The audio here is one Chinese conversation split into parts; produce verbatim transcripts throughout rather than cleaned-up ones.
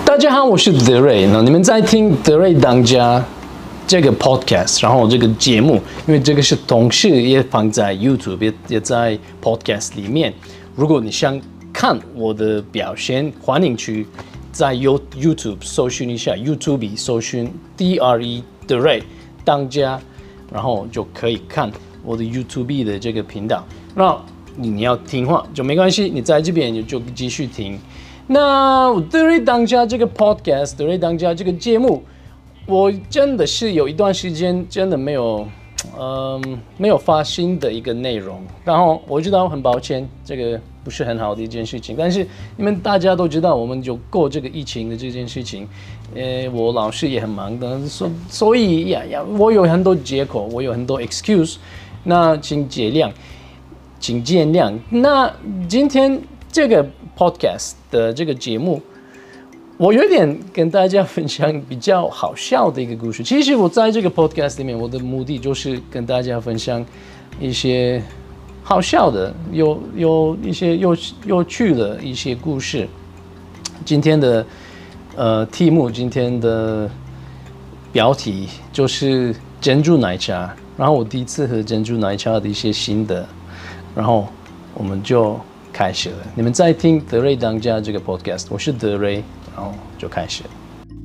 大家好，我是德瑞。那你们在听德瑞当家这个 podcast， 然后这个节目，因为这个是同时也放在 YouTube， 也, 也在 podcast 里面。如果你想看我的表现，欢迎去在 YouTube 搜寻一下 YouTube 搜寻 D R E 德瑞当家，然后就可以看我的 YouTube 的这个频道。那你要听话就没关系，你在这边就继续听。那德瑞当家这个 podcast， 德瑞当家这个节目，我真的是有一段时间真的没有，嗯，没有发新的一个内容。然后我知道很抱歉，这个不是很好的一件事情。但是你们大家都知道，我们就过这个疫情的这件事情，呃，我老师也很忙的，所所以呀呀，我有很多借口，我有很多 excuse， 那请见谅，请见谅。那今天这个 podcast 的这个节目，我有点跟大家分享比较好笑的一个故事。其实我在这个 podcast 里面，我的目的就是跟大家分享一些好笑的、有有一些有有趣的一些故事。今天的呃题目，今天的标题就是珍珠奶茶。然后我第一次喝珍珠奶茶的一些心得，然后我们就开始了。你们在听德瑞当家这个 podcast， 我是德瑞，然后就开始了。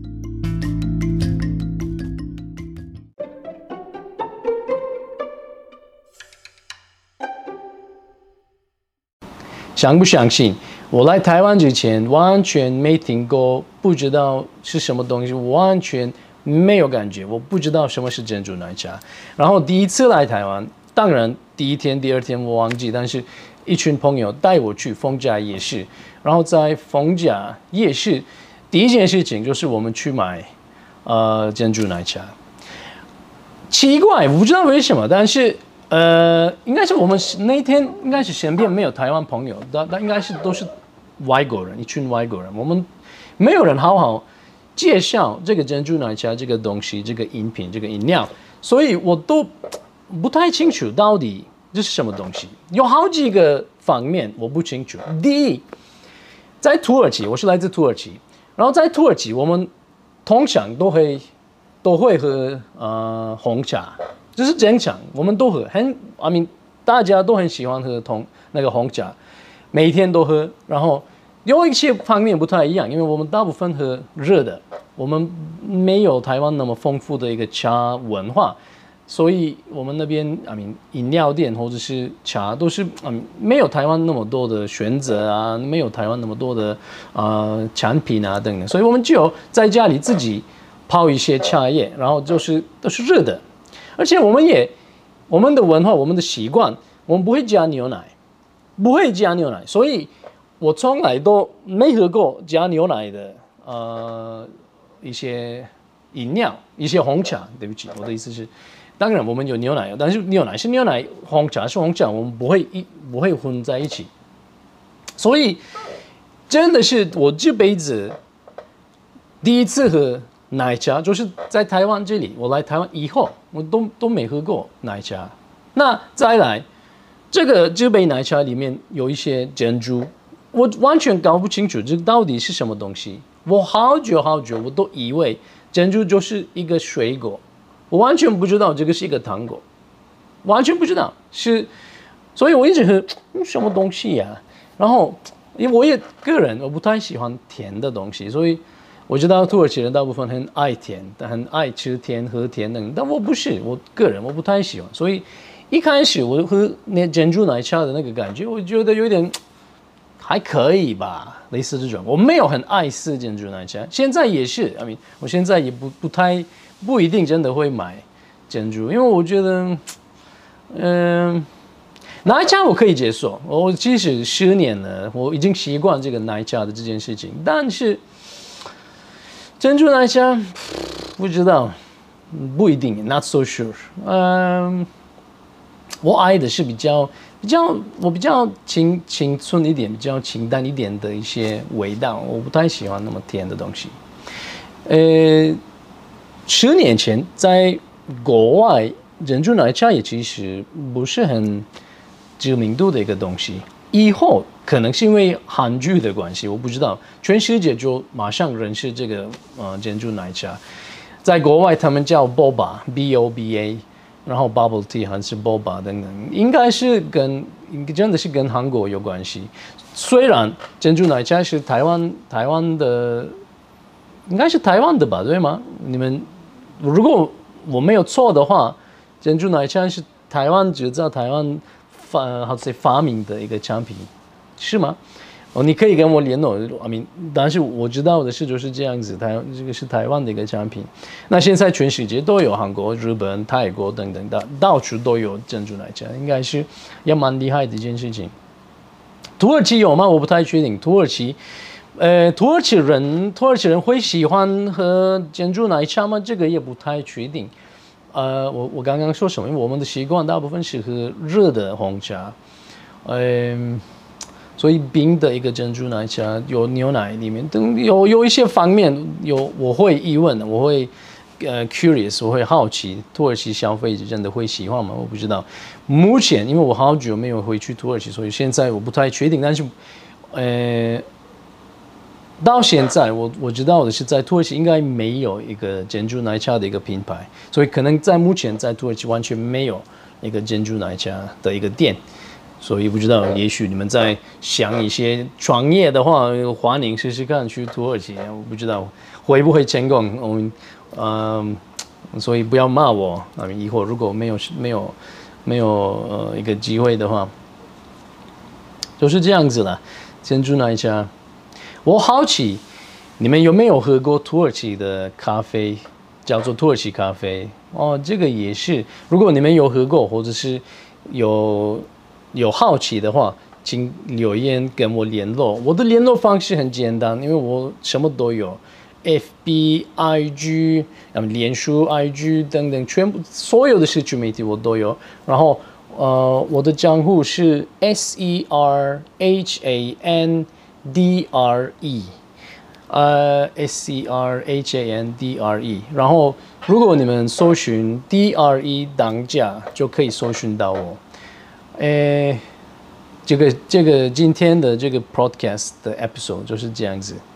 相不相信？我来台湾之前完全没听过，不知道是什么东西，完全没有感觉，我不知道什么是珍珠奶茶。然后第一次来台湾，当然第一天、第二天我忘记，但是一群朋友带我去逢甲夜市，然后在逢甲夜市，第一件事情就是我们去买呃珍珠奶茶。奇怪，我不知道为什么，但是呃，应该是我们那天应该是身边没有台湾朋友，但但应该是都是外国人，一群外国人，我们没有人好好介绍这个珍珠奶茶这个东西，这个饮品，这个饮料，所以我都不太清楚到底这是什么东西。有好几个方面我不清楚。第一，在土耳其，我是来自土耳其，然后在土耳其我们通常都会都会喝呃红茶，这是正常，我们都喝，很 I mean 大家都很喜欢喝同那个红茶，每天都喝。然后有一些方面不太一样，因为我们大部分喝热的，我们没有台湾那么丰富的一个茶文化。所以我们那边 I mean 饮料店或者是茶都是嗯没有台湾那么多的选择啊，没有台湾那么多的呃产品啊等等，所以我们就在家里自己泡一些茶叶，然后就是都是热的。而且我们也我们的文化，我们的习惯，我们不会加牛奶，不会加牛奶，所以我从来都没喝过加牛奶的呃一些饮料，一些红茶。对不起，我的意思是。当然，我们有牛奶，但是牛奶是牛奶，红茶是红茶，我们不会一不会混在一起。所以，真的是我这辈子第一次喝奶茶，就是在台湾这里。我来台湾以后，我都都没喝过奶茶。那再来，这个这杯奶茶里面有一些珍珠，我完全搞不清楚这到底是什么东西。我好久好久，我都以为珍珠就是一个水果。我完全不知道这个是一个糖果，完全不知道是，所以我一直喝、嗯、什么东西呀、啊？然后因为我也个人我不太喜欢甜的东西，所以我知道土耳其人大部分很爱甜，很爱吃甜喝甜等，但我不是，我个人我不太喜欢，所以一开始我喝那珍珠奶茶的那个感觉，我觉得有点还可以吧，类似这种，我没有很爱吃珍珠奶茶，现在也是 I mean 我现在也不不太。不一定真的会买珍珠，因为我觉得，嗯、呃，奶茶我可以接受，我即使十年了，我已经习惯这个奶茶的这件事情。但是珍珠奶茶不知道，不一定 ，not so sure。嗯，我爱的是比较比较我比较清清纯一点、比较清淡一点的一些味道，我不太喜欢那么甜的东西。呃。十年前，在国外，珍珠奶茶也其实不是很知名度的一个东西。 以后可能是因为韩剧的关系，我不知道，全世界就马上认识这个呃珍珠奶茶。在国外他们叫 boba B O B A， 然后 bubble tea 还是 boba 等等，应该是跟真的是跟韩国有关系。虽然珍珠奶茶是台湾台湾的，应该是台湾的吧，对吗？你们如果我没有错的话，珍珠奶茶是台湾制造、台湾发好像发明的一个产品，是吗？哦，你可以跟我联络。I mean， 但是我知道的是就是这样子，台这个是台湾的一个产品。那现在全世界都有，韩国、日本、泰国等等的，到处都有珍珠奶茶，应该是也蛮厉害的一件事情。土耳其有吗？我不太确定。土耳其，呃，土耳其人，土耳其人会喜欢喝珍珠奶茶吗？这个也不太确定。呃，我我刚刚说什么？因为我们的习惯大部分是喝热的红茶，嗯、呃。所以冰的一个珍珠奶茶有牛奶里面，等有有一些方面有我会疑问，我会呃 curious， 我会好奇，土耳其消费者真的会喜欢吗？我不知道。目前因为我好久没有回去土耳其，所以现在我不太确定。但是，呃，到现在我我知道的是，在土耳其应该没有一个珍珠奶茶的一个品牌，所以可能在目前在土耳其完全没有一个珍珠奶茶的一个店。所以不知道，也许你们在想一些创业的话，欢迎试试看去土耳其。我不知道会不会成功，我们嗯，所以不要骂我。那以后如果没有没有没有呃一个机会的话，就是这样子了。珍珠奶茶，我好奇你们有没有喝过土耳其的咖啡，叫做土耳其咖啡哦，这个也是。如果你们有喝过，或者是有。有好奇的话，请留言跟我联络。我的联络方式很简单，因为我什么都有 ，F B、I G、脸书、I G 等等，全部所有的社区媒体我都有。然后，呃，我的账户是 S E R H A N D R E， 呃 ，S E R H A N D R E。然后，如果你们搜寻 D R E 当家，就可以搜寻到我。诶，这个这个今天的这个 podcast 的 episode 就是这样子。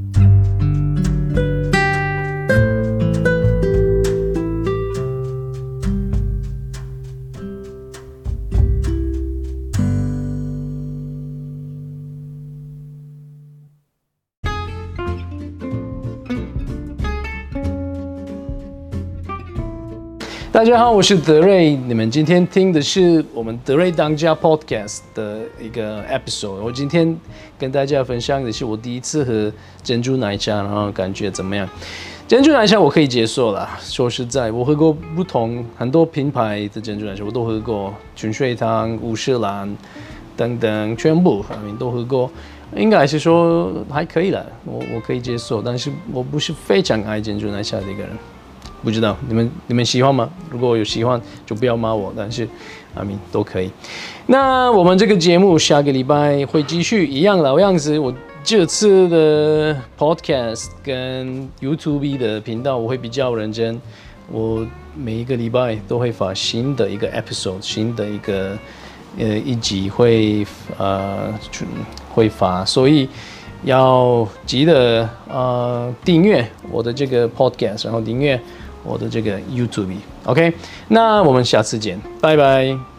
大家好，我是德瑞。你们今天听的是我们德瑞当家 Podcast 的一个 episode。我今天跟大家分享的是我第一次喝珍珠奶茶，然后感觉怎么样？珍珠奶茶我可以接受啦。说实在，我喝过不同很多品牌的珍珠奶茶，我都喝过，纯粹堂、五十岚等等，全部都喝过。应该是说还可以啦，我我可以接受，但是我不是非常爱珍珠奶茶的一个人。不知道你们你们喜欢吗？如果有喜欢，就不要骂我。但是，阿明都可以。那我们这个节目下个礼拜会继续一样老样子。我这次的 podcast 跟 YouTube 的频道我会比较认真。我每一个礼拜都会发新的一个 episode， 新的一个呃一集会呃会发，所以。要记得呃订阅我的这个 podcast， 然后订阅我的这个 YouTube。OK， 那我们下次见，拜拜。